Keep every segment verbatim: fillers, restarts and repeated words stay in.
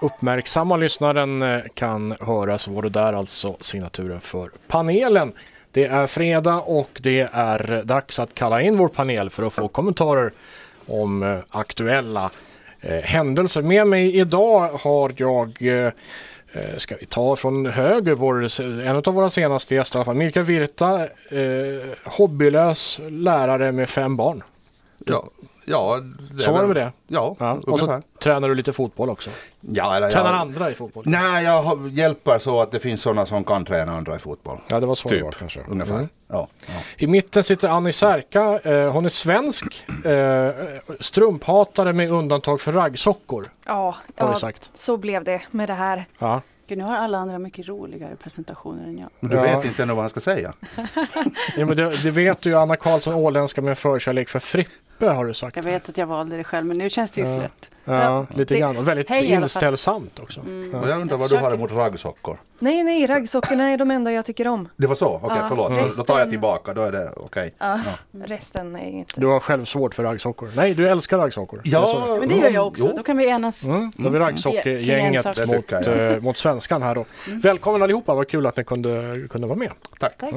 uppmärksamma lyssnaren kan höra så var det där alltså signaturen för panelen. Det är fredag och det är dags att kalla in vår panel för att få kommentarer om aktuella eh, händelser. Med mig idag har jag, eh, ska vi ta från höger, vår, en av våra senaste gäster i alla fall, Mirka Virta, eh, hobbylös lärare med fem barn. Ja. Ja, det så var det med det? Ja, ja. Och så tränar du lite fotboll också? Ja, eller tränar jag, andra i fotboll? Nej, jag hjälper så att det finns sådana som kan träna andra i fotboll. Ja, det var så typ, det var kanske. Ungefär, mm. ja, ja. I mitten sitter Annie Särka. Eh, hon är svensk. Eh, strumphatare med undantag för raggsockor. Ja, ja sagt. Så blev det med det här. Ja. Gud, nu har alla andra mycket roligare presentationer än jag. Men du ja. vet inte ännu vad han ska säga. Ja, men det, det vet du ju, Anna Karlsson, åländska med förkärlek för Frippe, har du sagt. Jag vet att jag valde det själv, men nu känns det ju ja. slött. Ja, ja, lite det, grann. Och väldigt inställsamt också. Mm. Ja. Jag undrar vad du har emot raggsockor. Nej, nej, raggsockorna är de enda jag tycker om. Det var så? Okej, okay, ja, förlåt. resten... Då tar jag tillbaka, då är det okej. Okay. Ja, ja. Resten är inte... Du har själv svårt för raggsockor. Nej, du älskar raggsockor. Ja, det men det gör jag också. Jo. Då kan vi enas. Mm. Då har vi raggsockgänget mm. mot, äh, mot svenskan här då. Mm. Välkommen allihopa, vad kul att ni kunde, kunde vara med. Tack. Tack. Mm.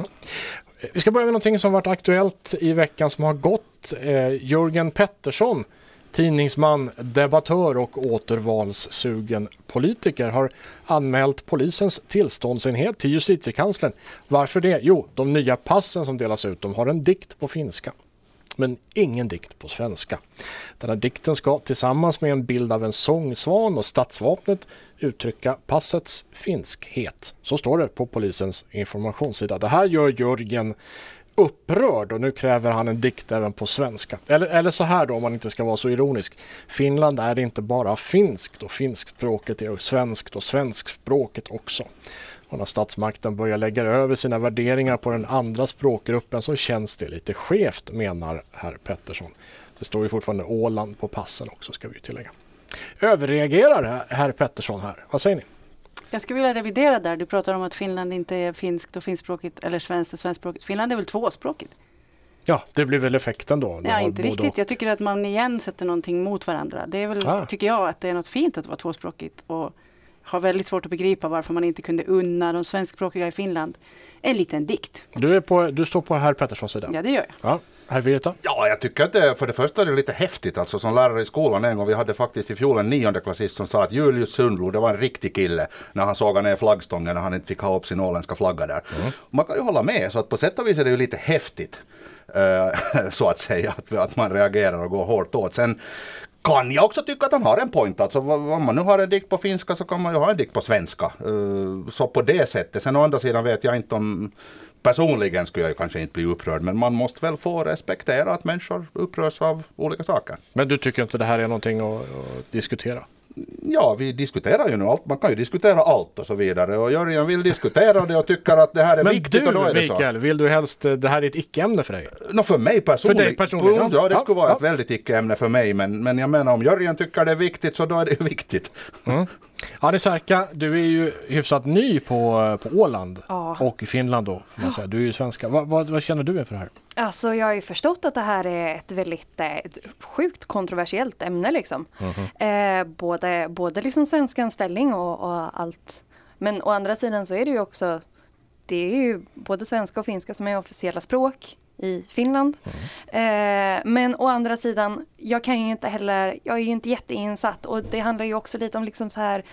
Vi ska börja med någonting som varit aktuellt i veckan som har gått. Eh, Jörgen Pettersson, tidningsman, debattör och återvalssugen politiker, har anmält polisens tillståndsenhet till justitiekanslern. Varför det? Jo, de nya passen som delas ut, de har en dikt på finska, men ingen dikt på svenska. Den här dikten ska tillsammans med en bild av en sångsvan och stadsvapnet uttrycka passets finskhet. Så står det på polisens informationssida. Det här gör Jörgen upprörd och nu kräver han en dikt även på svenska. Eller, eller så här då, om man inte ska vara så ironisk. Finland är inte bara finskt och finskspråket är svenskt och svenskspråket också. Och när statsmakten börjar lägga över sina värderingar på den andra språkgruppen så känns det lite skevt, menar herr Pettersson. Det står ju fortfarande Åland på passen också, ska vi tillägga. Överreagerar herr Pettersson här? Vad säger ni? Jag skulle vilja revidera där. Du pratar om att Finland inte är finskt och finskspråkigt eller svenskt och svenskspråkigt. Finland är väl tvåspråkigt? Ja, det blir väl effekten då. Ja, inte riktigt. Och... Jag tycker att man igen sätter någonting mot varandra. Det är väl, ah. tycker jag, att det är något fint att vara tvåspråkigt och har väldigt svårt att begripa varför man inte kunde unna de svenskspråkiga i Finland en liten dikt. Du, är på, du står på herr Petterssons sida? Ja, det gör jag. Ja. Herr Virta? Ja, jag tycker att det, för det första är det lite häftigt. Alltså som lärare i skolan en gång, vi hade faktiskt i fjol en nionde klassist som sa att Julius Sundblad, det var en riktig kille när han såg ner flaggstången när han inte fick ha upp sin åländska flagga där. Mm. Man kan ju hålla med, så att på sätt och vis är det ju lite häftigt uh, så att säga, att, att man reagerar och går hårt åt. Sen kan jag också tycka att han har en point. Alltså om man nu har en dikt på finska så kan man ju ha en dikt på svenska. Uh, så på det sättet. Sen å andra sidan vet jag inte om... Personligen skulle jag ju kanske inte bli upprörd, men man måste väl få respektera att människor upprörs av olika saker. Men du tycker inte det här är någonting att, att diskutera? Ja, vi diskuterar ju nu allt. Man kan ju diskutera allt och så vidare. Och Jörgen vill diskutera det och tycker att det här är men viktigt. Men du, och då är det Mikael, så. Vill du helst, det här är ett icke-ämne för dig? No, för mig personligen. För dig personligen? Ja, det ja, skulle vara ja. ett väldigt icke-ämne för mig. Men, men jag menar, om Jörgen tycker det är viktigt så då är det ju viktigt. Mm. Annie Särka, du är ju hyfsat ny på, på Åland ja. och i Finland då, får man säga. Du är ju svenska. Vad, vad, vad känner du inför det här? Alltså jag har ju förstått att det här är ett väldigt ett sjukt kontroversiellt ämne liksom. Mm-hmm. Eh, både både liksom svenskans ställning och, och allt. Men å andra sidan så är det ju också, det är ju både svenska och finska som är officiella språk i Finland. Mm. Eh, men å andra sidan, jag kan ju inte heller, jag är ju inte jätteinsatt och det handlar ju också lite om liksom så här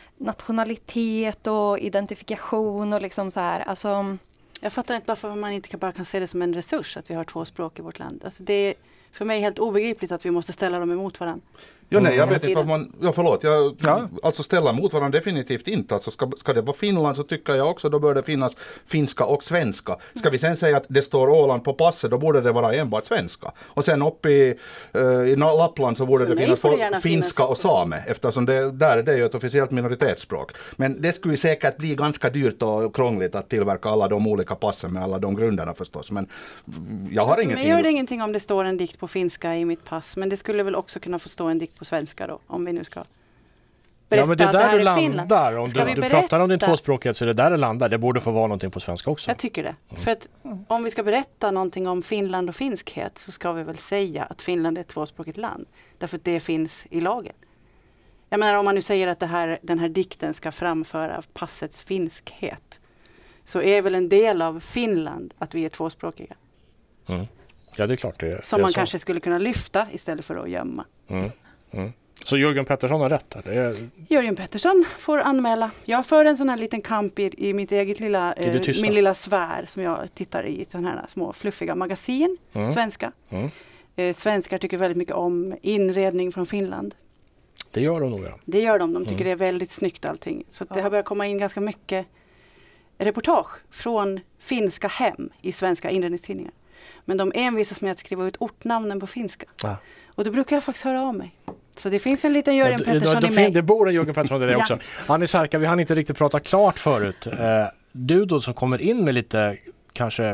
nationalitet och identifikation och liksom så här, alltså... Jag fattar inte varför man inte bara kan se det som en resurs att vi har två språk i vårt land. Alltså det är för mig helt obegripligt att vi måste ställa dem emot varandra. Ja, nej, jag vet inte vad man... Ja, förlåt. Jag, ja. Alltså ställa mot varandra definitivt inte. Alltså ska, ska det vara Finland så tycker jag också då bör det finnas finska och svenska. Ska vi sen säga att det står Åland på passet, då borde det vara enbart svenska. Och sen uppe i, uh, i Lappland så borde för det finnas det finska och same. Eftersom det, där är det ju ett officiellt minoritetsspråk. Men det skulle säkert bli ganska dyrt och krångligt att tillverka alla de olika passen med alla de grunderna förstås. Men jag har ingenting... Men gör det ingenting om det står en dikt på finska i mitt pass. Men det skulle väl också kunna få stå en dikt på svenska då, om vi nu ska berätta. Ja, men det är där det du landar. Om ska du, du berätta... pratar om din tvåspråkighet så är det där det landar. Det borde få vara någonting på svenska också. Jag tycker det. Mm. För att om vi ska berätta någonting om Finland och finskhet så ska vi väl säga att Finland är ett tvåspråkigt land. Därför att det finns i lagen. Jag menar om man nu säger att det här, den här dikten ska framföra passets finskhet, så är väl en del av Finland att vi är tvåspråkiga. Mm. Ja, det är klart. Det, som det man så. kanske skulle kunna lyfta istället för att gömma. Mm. Mm. Så Jörgen Pettersson har rätt? Det är... Jörgen Pettersson får anmäla. Jag för en sån här liten kamp i, i mitt eget lilla, eh, min lilla sfär som jag tittar i sådana här små fluffiga magasin, mm. svenska. Mm. Eh, svenskar tycker väldigt mycket om inredning från Finland. Det gör de nog, ja. Det gör de. De tycker mm. det är väldigt snyggt allting. Så ja. det har börjat komma in ganska mycket reportage från finska hem i svenska inredningstidningar. Men de envisas med att skriva ut ortnamnen på finska. Ja. Och då brukar jag faktiskt höra av mig. Så det finns en liten Jörgen ja, Pettersson då, då, i mig. Det bor en Jörgen Pettersson i det också. Annie Särka, vi hann inte riktigt prata klart förut. Eh, du då som kommer in med lite kanske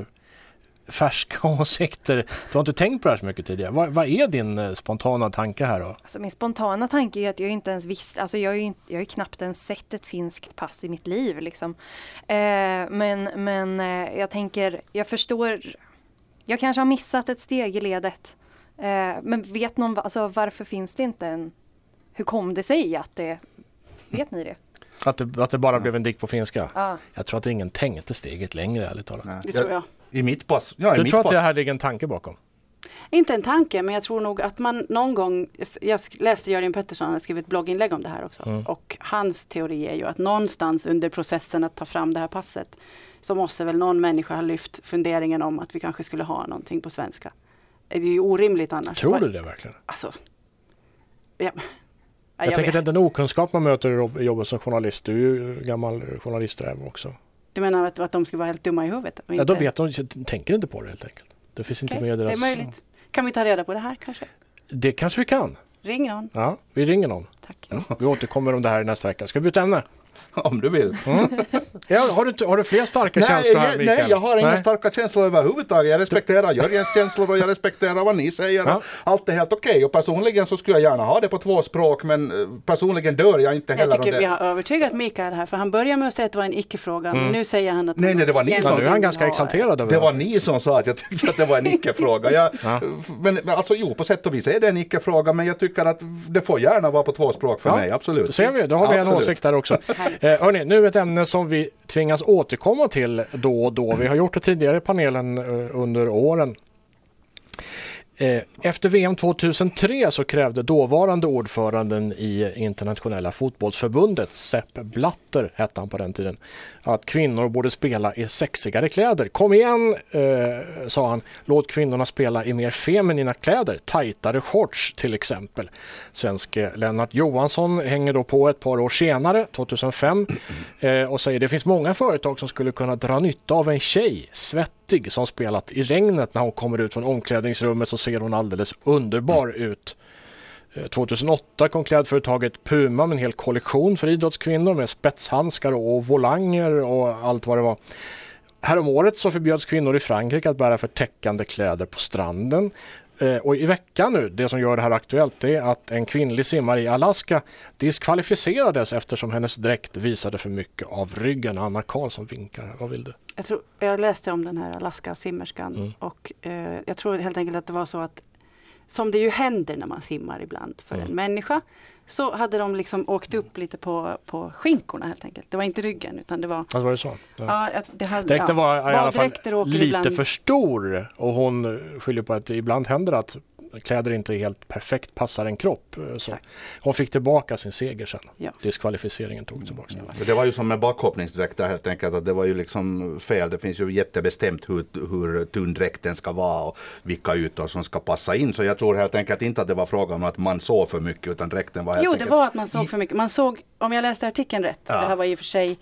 färska åsikter. Du har inte tänkt på det här så mycket tidigare. Vad, vad är din eh, spontana tanke här då? Alltså min spontana tanke är att jag inte ens visste, alltså jag har ju inte, jag har ju knappt ens sett ett finskt pass i mitt liv liksom. Eh, men men eh, jag tänker, jag förstår, jag kanske har missat ett steg i ledet. Eh, men vet någon, alltså varför finns det inte en, hur kom det sig att det, vet ni det? Att det, att det bara blev en dikt på finska? Ja. Jag tror att ingen tänkte steget längre, ärligt talat. Nej. Det tror jag. I mitt pass. Ja, i du mitt tror pass. att det här ligger en tanke bakom? Inte en tanke, men jag tror nog att man någon gång, jag läste Jörgen Pettersson, han har skrivit ett blogginlägg om det här också. Mm. Och hans teori är ju att någonstans under processen att ta fram det här passet så måste väl någon människa ha lyft funderingen om att vi kanske skulle ha någonting på svenska. Det är ju orimligt annars. Tror du det verkligen? Alltså, ja. Jag, jag tänker vet. att den okunskap man möter i jobbet som journalist, du är ju gammal journalist även också. Du menar att, att de ska vara helt dumma i huvudet? Ja, då vet de, tänker inte på det helt enkelt. Det finns inte okay, med deras... Det är möjligt. Kan vi ta reda på det här kanske? Det kanske vi kan. Ring någon. Ja, vi ringer någon. Tack. Ja, vi återkommer om det här nästa vecka. Ska vi byta ämne? Om du vill. Mm. Ja, har, du, har du fler starka nej, känslor här, jag, Mikael? Nej, jag har inga nej. starka känslor överhuvudtaget. Jag respekterar Jörgens känslor och jag respekterar vad ni säger. Ja. Allt är helt okej. Okay. Och personligen så skulle jag gärna ha det på två språk, men personligen dör jag inte heller. Jag tycker vi har övertygat Mikael här, för han börjar med att säga att det var en icke-fråga. Mm. Men nu säger han att... Nej, nej, det var ni som... Nu är han ganska exalterad över det. var ni som sa att jag tyckte att det var en icke-fråga. Jag, ja. Men alltså jo, på sätt och vis är det en icke-fråga, men jag tycker att det får gärna vara på två språk för ja. mig, absolut. Då ser vi, då har vi absolut. en åsikt där också. eh, hörni, nu ett ämne som vi tvingas återkomma till då och då. Vi har gjort det tidigare i panelen uh, under åren. Eh, efter V M tjugohundratre så krävde dåvarande ordföranden i internationella fotbollsförbundet, Sepp Blatter hette han på den tiden, att kvinnor borde spela i sexigare kläder. Kom igen, eh, sa han, låt kvinnorna spela i mer feminina kläder, tajtare shorts till exempel. Svenske Lennart Johansson hänger då på ett par år senare, tjugohundrafem, eh, och säger det finns många företag som skulle kunna dra nytta av en tjej, svettig, som spelat i regnet. När hon kommer ut från omklädningsrummet så ser hon alldeles underbar ut. tjugohundraåtta kom klädföretaget Puma med en hel kollektion för idrottskvinnor med spetshandskar och volanger och allt vad det var. Härom året så förbjöds kvinnor i Frankrike att bära förtäckande kläder på stranden. Och i veckan nu, det som gör det här aktuellt, det är att en kvinnlig simmare i Alaska diskvalificerades eftersom hennes dräkt visade för mycket av ryggen. Anna Karlsson vinkar. Vad vill du? Jag, tror, jag läste om den här Alaska-simmerskan mm. och eh, jag tror helt enkelt att det var så att som det ju händer när man simmar ibland för mm. en människa, så hade de liksom åkt upp lite på, på skinkorna helt enkelt. Det var inte ryggen utan det var... Alltså var det så? Ja. Ja, det hade, Dräkten var ja, i alla fall lite ibland... för stor och hon skyller på att det ibland händer att kläder inte helt perfekt passar en kropp. Så hon fick tillbaka sin seger sen. Ja. Diskvalificeringen tog tillbaka. Mm. Det var ju som med bakhoppningsdräkter helt enkelt, att det var ju liksom fel. Det finns ju jättebestämt hur, hur tunn dräkten ska vara och vilka ytor som ska passa in. Så jag tror helt enkelt inte att det var frågan om att man såg för mycket, utan dräkten var helt Jo, enkelt... det var att man såg för mycket. Man såg, om jag läste artikeln rätt, ja. Det här var i och för sig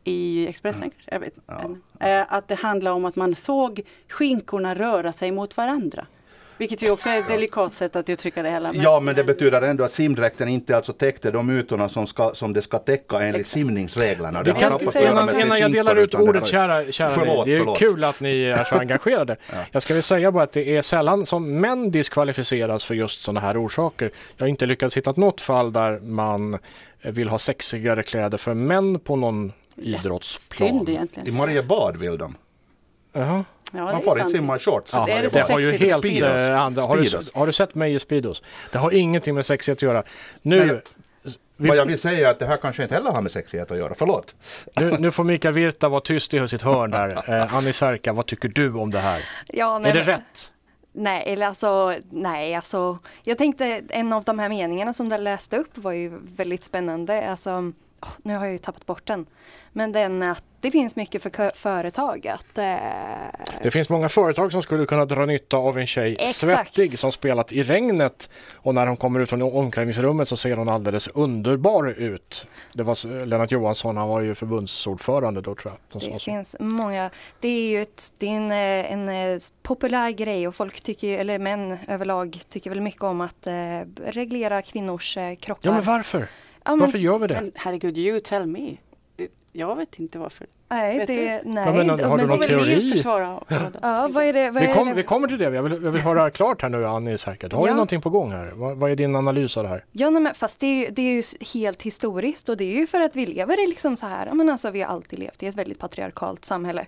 i Expressen mm. kanske, jag vet ja. men, äh, att det handlar om att man såg skinkorna röra sig mot varandra. Vilket ju också är ett delikat sätt att uttrycka det hela. Men, ja, men det betyder ändå att simdräkten inte alltså täckte de ytorna som, ska, som det ska täcka enligt exakt. simningsreglerna. Det kan kan säga innan, innan jag delar ut ordet, kära, kära förlåt, det är förlåt. kul att ni är så engagerade. Ja. Jag ska väl säga bara att det är sällan som män diskvalificeras för just sådana här orsaker. Jag har inte lyckats hitta något fall där man vill ha sexigare kläder för män på någon idrottsplan. I Mariebad vill de. Jaha. Ja, man får inte simma i shorts. Ja, det, det har ju helt äh, andra. Har du, har du sett mig i Speedos? Det har ingenting med sexighet att göra. Nu, Vi... Vad jag vill säga är att det här kanske inte heller har med sexighet att göra. Förlåt. Nu, nu får Mikael Virta vara tyst i sitt hörn där. Eh, Annie Särka, vad tycker du om det här? Ja, nej, är det men... rätt? Nej, eller alltså, nej, alltså, jag tänkte en av de här meningarna som du läste upp var ju väldigt spännande. Alltså, oh, nu har jag ju tappat bort den. Men den att det finns mycket för kö- företag att... Eh... Det finns många företag som skulle kunna dra nytta av en tjej Exakt. svettig som spelat i regnet och när hon kommer ut från omklädningsrummet så ser hon alldeles underbar ut. Det var Lennart Johansson, han var ju förbundsordförande då tror jag. Det finns många. Det är ju ett, det är en, en, en populär grej och folk tycker, eller män överlag tycker väl mycket om att eh, reglera kvinnors eh, kroppar. Ja, men varför? Ja, men, varför gör vi det? Men, herregud, you tell me. Jag vet inte varför. Nej, vet det, nej. Ja, men, har du någon teori? Ja, vad är det? Vad vi, kom, är det? vi kommer till det. Jag vill, jag vill höra klart här nu, Annie Särka. Du har ja. ju någonting på gång här. Vad, vad är din analys av det här? Ja, nej, men fast det är, ju, det är ju helt historiskt och det är ju för att vi lever i liksom så här. Men alltså, vi har alltid levt i ett väldigt patriarkalt samhälle.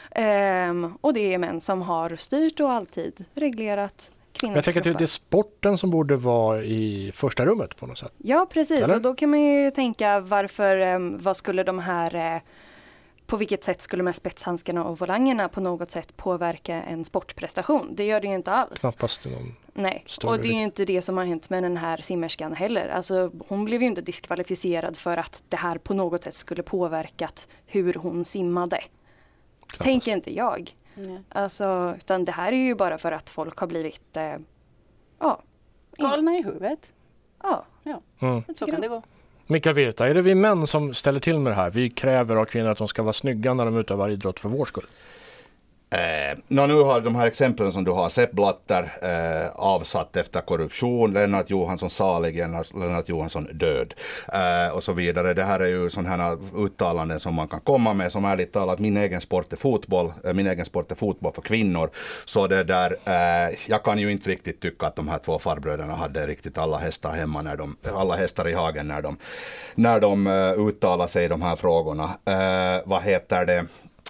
Um, och det är män som har styrt och alltid reglerat. Jag tänker att det är sporten som borde vara i första rummet på något sätt. Ja, precis. Eller? Och då kan man ju tänka varför, um, vad skulle de här, uh, på vilket sätt skulle de här spetshandskarna och volangerna på något sätt påverka en sportprestation? Det gör det ju inte alls. Knappast någon. Nej, och det är ju inte det som har hänt med den här simmerskan heller. Alltså, hon blev ju inte diskvalificerad för att det här på något sätt skulle påverkat hur hon simmade. Knappast. Tänker inte jag. Nej. Alltså, utan det här är ju bara för att folk har blivit eh, ja, galna i huvudet. Ja, ja. Mm. Så kan det gå. Mikael Virta, är det vi män som ställer till med det här? Vi kräver av kvinnor att de ska vara snygga när de utövar idrott för vår skull. Eh, no, nu har de här exemplen som du har, Sepp Blatter eh, avsatt efter korruption, Lennart Johansson salig, Lennart Johansson död eh, och så vidare. Det här är ju sådana här uttalanden som man kan komma med, som ärligt talat, min egen sport är fotboll, eh, min egen sport är fotboll för kvinnor. Så det där, eh, jag kan ju inte riktigt tycka att de här två farbröderna hade riktigt alla hästar hemma, när de, alla hästar i hagen när de, när de uh, uttalar sig i de här frågorna. Eh, vad heter det?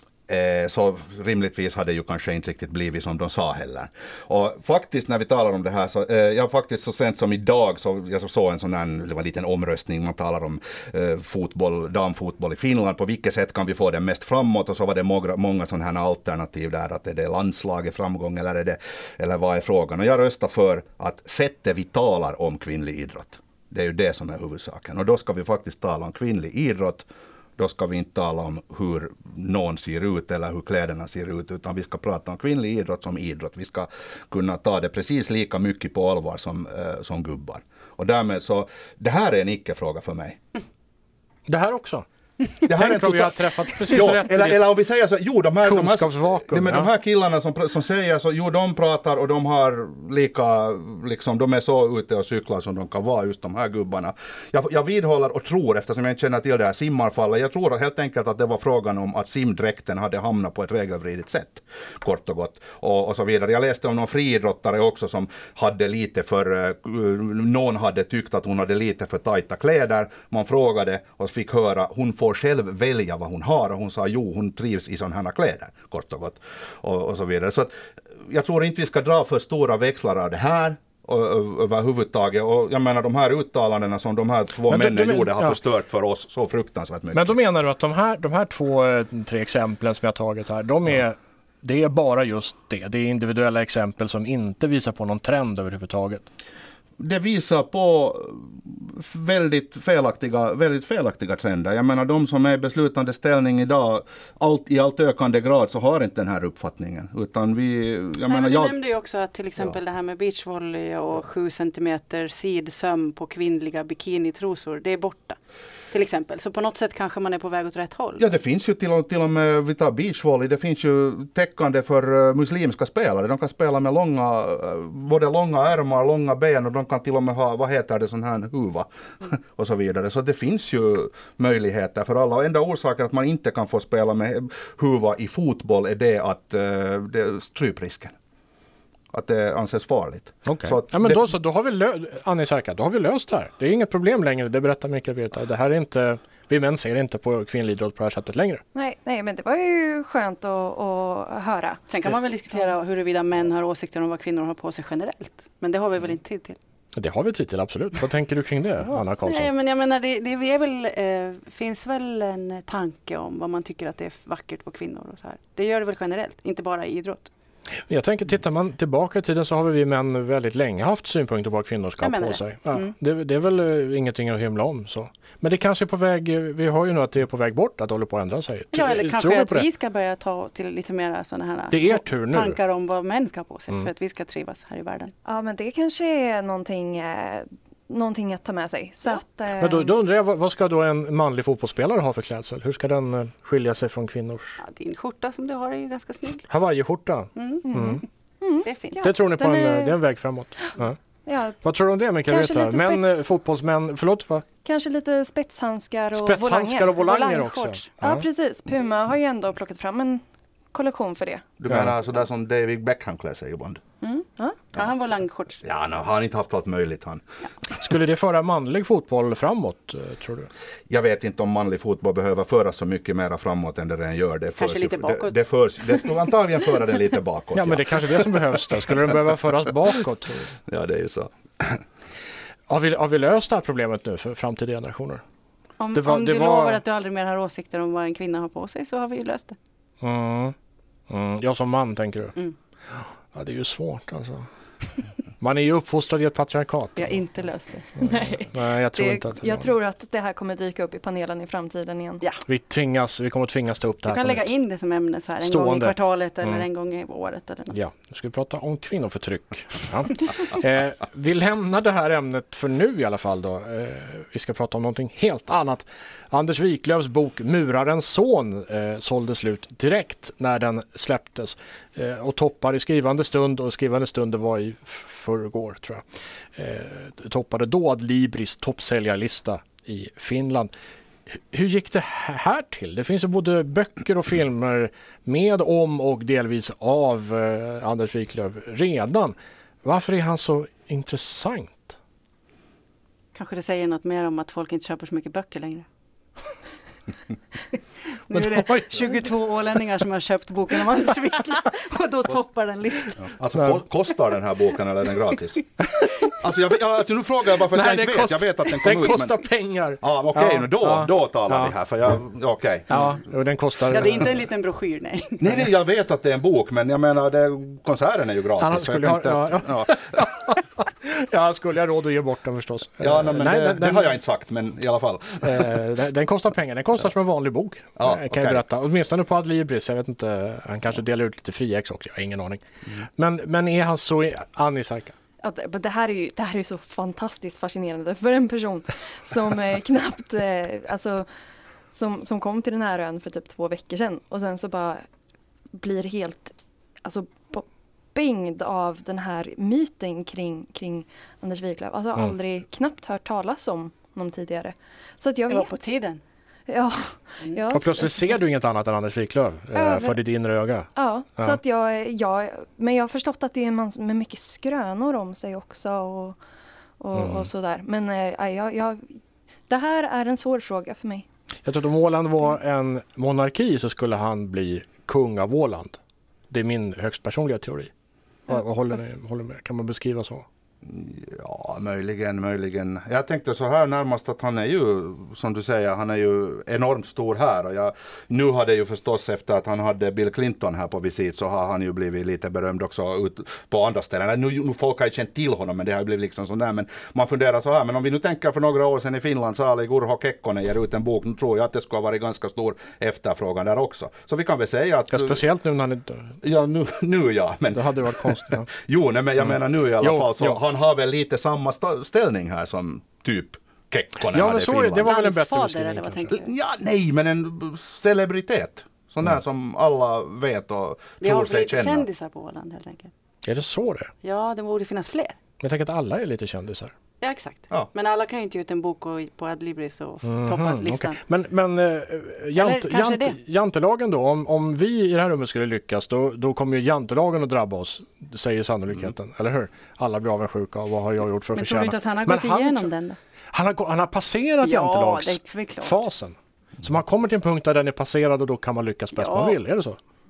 Så rimligtvis hade ju kanske inte riktigt blivit som de sa heller. Och faktiskt när vi talar om det här så, eh, jag faktiskt så sent som idag så jag såg en sån här, det var en liten omröstning, man talar om eh, fotboll, damfotboll i Finland, på vilket sätt kan vi få den mest framåt, och så var det många, många sådana här alternativ där, att är det landslaget framgång eller är det, eller vad är frågan? Och jag röstar för att sättet vi talar om kvinnlig idrott, det är ju det som är huvudsaken, och då ska vi faktiskt tala om kvinnlig idrott. Då ska vi inte tala om hur någon ser ut eller hur kläderna ser ut, utan vi ska prata om kvinnlig idrott som idrott. Vi ska kunna ta det precis lika mycket på allvar som, eh, som gubbar. Och därmed så, det här är en icke-fråga för mig. Det här också? Det här Tänk är om vi har träffat precis jo, rätt. Eller, eller om vi säger så, jo de här, de här, de, ja. de här killarna som, som säger så, jo de pratar och de har lika, liksom de är så ute och cyklar som de kan vara, just de här gubbarna. Jag, jag vidhåller och tror, eftersom jag inte känner till det här simmarfallet, jag tror helt enkelt att det var frågan om att simdräkten hade hamnat på ett regelvridigt sätt, kort och gott, och, och så vidare. Jag läste om någon friidrottare också som hade lite för, uh, någon hade tyckt att hon hade lite för tajta kläder, man frågade och fick höra, hon får själv välja vad hon har, och hon sa jo, hon trivs i sådana här kläder, kort och gott, och, och så vidare. Så att, jag tror inte vi ska dra för stora växlar av det här och, och, överhuvudtaget, och jag menar de här uttalandena som de här två men männen du, du, gjorde har ja. förstört för oss så fruktansvärt mycket. Men då menar du att de här, de här två, tre exemplen som jag tagit här, de är ja. det är bara just det, det är individuella exempel som inte visar på någon trend överhuvudtaget. Det visar på väldigt felaktiga, väldigt felaktiga trender. Jag menar, de som är i beslutande ställning idag, allt, i allt ökande grad så har inte den här uppfattningen. Utan vi, jag Nej, menar, men du jag... nämnde ju också att till exempel ja. det här med beachvolley och sju centimeter sidsöm på kvinnliga bikinitrosor, det är borta. Till exempel. Så på något sätt kanske man är på väg åt rätt håll. Ja, det finns ju till och, till och med, vi tar beachvolley, det finns ju täckande för uh, muslimska spelare. De kan spela med långa, uh, både långa ärmar, långa ben, och de kan till och med ha, vad heter det, sån här huva mm. och så vidare. Så det finns ju möjligheter för alla. Och enda orsaken att man inte kan få spela med huva i fotboll är det att uh, det är stryprisken. Att det anses farligt. Okay. Så ja, men det... då, så, då har vi lö- Annie Särka, då har vi löst det här. Det är inget problem längre, det berättar Mikael Virta. Det här är inte, vi män ser inte på kvinnlig idrott på det här sättet längre. Nej, nej, men det var ju skönt att, att höra. Sen kan man väl diskutera huruvida män har åsikter om vad kvinnor har på sig generellt. Men det har vi väl inte tid till. Det har vi tid till, absolut. Vad tänker du kring det, Anna Karlsson? Nej, men jag menar, det, det är väl, eh, finns väl en tanke om vad man tycker att det är vackert på kvinnor och så här. Det gör det väl generellt, inte bara i idrott. Jag tänker, tittar man tillbaka i tiden så har vi män väldigt länge haft synpunkter på vad kvinnor ska ha på sig. Ja, mm. det, det är väl uh, ingenting att hymla om. Så. Men det kanske är på väg, vi har ju nu att det är på väg bort, att det håller på att ändra sig. Ja, eller kanske att vi ska börja ta till lite mer sådana här det är tur nu. tankar om vad män ska ha på sig mm. för att vi ska trivas här i världen. Ja, men det kanske är någonting... Eh... någonting att ta med sig. Så ja. att, eh... Men då, då undrar jag, vad, vad ska då en manlig fotbollsspelare ha för klädsel? Hur ska den uh, skilja sig från kvinnors? Ja, din skjorta som du har är ju ganska snygg. Hawaii-skjorta? Mm. Mm. Mm. Det är fint. Ja, det tror ni på en, är... det är en väg framåt. Ja. Ja. Vad tror du om det, Mikael? Men spets... fotbollsmän, förlåt va? Kanske lite spetshandskar och spetshandskar och volanger också. Ja. ja, precis. Puma har ju ändå plockat fram en kollektion för det. Du menar ja. sådär som David Beckham klär sig ibland? Mm. Ja. ja, han var langshorts. Ja, no, han har inte haft allt möjligt han. Ja. Skulle det föra manlig fotboll framåt, tror du? Jag vet inte om manlig fotboll behöver föra så mycket mer framåt än det den gör. Det kanske lite ju, bakåt. Det, det, förs, det skulle antagligen föra den lite bakåt. Ja, men det är kanske det som behövs då. Skulle den behöva föras bakåt? Ja, det är ju så. Har vi, har vi löst det här problemet nu för framtida generationer? Om, var, om du var... lovar att du aldrig mer har åsikter om vad en kvinna har på sig så har vi ju löst det. Mm. Mm. Jag som man, tänker du? Mm. Ja, det är ju svårt alltså. Man är ju uppfostrad i ett patriarkat. Vi har inte löst det. Nej. Nej, jag tror det, inte att det jag tror att det här kommer dyka upp i panelen i framtiden igen. Ja. Vi tvingas, vi kommer att tvingas ta upp det här. Du kan lägga in det som ämne så här en Stående. gång i kvartalet eller mm. en gång i året. Eller något. Ja, nu ska vi prata om kvinnoförtryck. Ja. eh, vi lämnar det här ämnet för nu i alla fall då. Eh, vi ska prata om någonting helt annat. Anders Wiklöfs bok Murarens son eh, sålde slut direkt när den släpptes. Eh, och toppar i skrivande stund, och skrivande stund det var i förrgår tror jag. Eh, toppade då Adlibris toppsäljarlista i Finland. Hur gick det här till? Det finns ju både böcker och filmer med, om och delvis av eh, Anders Wiklöf redan. Varför är han så intressant? Kanske det säger något mer om att folk inte köper så mycket böcker längre. Nu är det tjugotvå ålänningar som har köpt boken om Anders Wiklöf och då toppar den listan. Alltså ko- kostar den här boken eller är den gratis? Alltså, jag, alltså nu frågar jag bara för att Nej, jag inte vet. Kost, jag vet att den kommer den ut. kostar men... pengar. Ja, okej, okay, ja, då, ja, då talar ja. vi här. För jag, okej. Okay. Ja, och den kostar... Ja, det är inte en liten broschyr, nej. Nej, nej, jag vet att det är en bok, men jag menar, det, konserten är ju gratis. Han skulle jag ha, ja, ja. Ja. ja, skulle jag råd att ge bort den förstås. Ja, nej, men nej, det, den, det har jag inte sagt, men i alla fall. den, den kostar pengar, den kostar som en vanlig bok. Ja, kan okay. jag berätta. Åtminstone på Adlibris, jag vet inte, han kanske delar ut lite fri ex också, jag har ingen aning. Mm. Men, men är han så, Annie Sarka? Ja, det, det, här är ju, det här är ju så fantastiskt fascinerande för en person som eh, knappt, eh, alltså som, som kom till den här ön för typ två veckor sedan och sen så bara blir helt, alltså bängd av den här myten kring, kring Anders Wiklöf. Alltså mm. aldrig knappt hört talas om någon tidigare. Så att jag det vet. var på tiden. Ja, ja. Och plötsligt ser du inget annat än Anders Wiklöf eh, för ditt inre öga. Ja, ja, så att jag, jag, men jag har förstått att det är en man med mycket skrönor om sig också och, och, mm. och sådär. Men äh, jag, jag, det här är en svår fråga för mig. Jag tror att om Åland var en monarki så skulle han bli kung av Åland. Det är min högst personliga teori. Vad, vad håller ni, håller med? Kan man beskriva så? Ja, möjligen, möjligen. Jag tänkte så här närmast att han är ju, som du säger, han är ju enormt stor här. Och jag, nu har det ju förstås efter att han hade Bill Clinton här på visit så har han ju blivit lite berömd också ut på andra ställen. Nu, nu folk har ju känt till honom men det har ju blivit liksom sån där. Men man funderar så här, men om vi nu tänker för några år sedan i Finland så Ali Urho Kekkonen ger ut en bok, nu tror jag att det skulle ha varit ganska stor efterfrågan där också. Så vi kan väl säga att... Ja, speciellt nu när han inte... Ja, nu, nu ja. Men... Det hade varit konstigt. Ja. jo, nej, men jag mm. menar nu i alla jo, fall så... Jo. Han har väl lite samma sta- ställning här som typ Kekkonen ja, hade i Finland. Det var väl en bättre beskrivning eller vad tänker du? Ja, nej, men en celebritet. Sån där mm. som alla vet och vi tror har sig lite känna. kändisar på Åland helt enkelt. Är det så det? Ja, det borde finnas fler. Jag tänker att alla är lite kändisar. Ja, exakt. Ja. Men alla kan ju inte ge ut en bok och, på Adlibris och mm-hmm, toppa listan. Okay. Men, men uh, jant, jant, jantelagen då, om, om vi i det här rummet skulle lyckas, då, då kommer ju jantelagen att drabba oss, säger sannolikheten. Mm. Eller hur? Alla blir avundsjuka och vad har jag gjort för att men förtjäna? Men tror du inte att han har men gått han, igenom den? Han har, han har passerat ja, jantelagsfasen. Så man kommer till en punkt där den är passerad och då kan man lyckas bäst ja. man vill, är det så?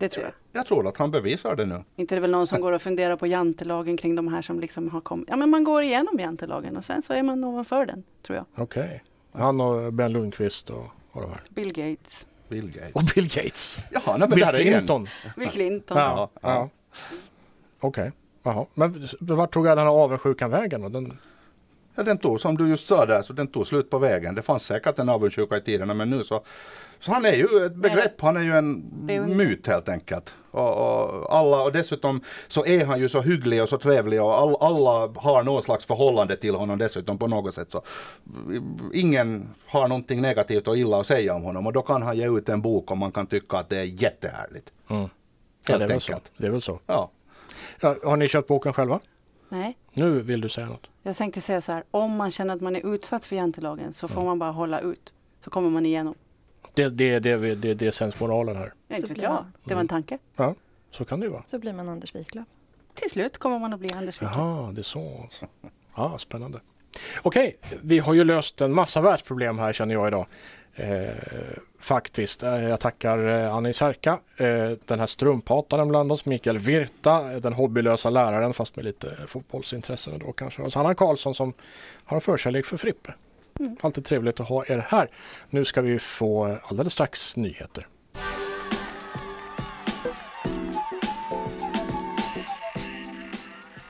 Det tror jag. Jag tror att han bevisar det nu. Inte det är väl någon som går och funderar på jantelagen kring de här som liksom har kommit. Ja, men man går igenom jantelagen och sen så är man ovanför den, tror jag. Okej. Okay. Han och Ben Lundqvist och, och de här. Bill Gates. Bill Gates. Och Bill Gates. Jaha, nej, men Bill där är Clinton. en. Bill Clinton. Ja, ja. ja. Okej. Okay. Jaha. Men vart tog den här avundsjukan vägen då? Den... Ja, den tog, som du just sa där, så den tog slut på vägen. Det fanns säkert en avundsjuka i tiderna, men nu så... Så han är ju ett begrepp, han är ju en myt helt enkelt. Och, och, alla, och dessutom så är han ju så hygglig och så trevlig och all, alla har någon slags förhållande till honom dessutom på något sätt. Så ingen har någonting negativt och illa att säga om honom och då kan han ge ut en bok och man kan tycka att det är jättehärligt. Mm. Ja, det är väl så. Det är väl så. Ja. Ja, har ni köpt boken själva? Nej. Nu vill du säga något. Jag tänkte säga så här, om man känner att man är utsatt för jantelagen så får mm. man bara hålla ut. Så kommer man igenom. Det, det, det, det, det är sensmoralen här. Inte vet jag. Det var en tanke. Ja, så kan det ju vara. Så blir man Anders Wiklöf. Till slut kommer man att bli Anders Wiklöf. Jaha, det är så alltså. Ja, spännande. Okej, vi har ju löst en massa världsproblem här känner jag idag. Eh, faktiskt. Eh, jag tackar eh, Annie Särka, eh, den här strumphataren bland oss, Mikael Virta, den hobbylösa läraren fast med lite fotbollsintressen då kanske. Och så Hanna Karlsson som har en förkärlek för Frippe. Mm. Alltid trevligt att ha er här. Nu ska vi få alldeles strax nyheter.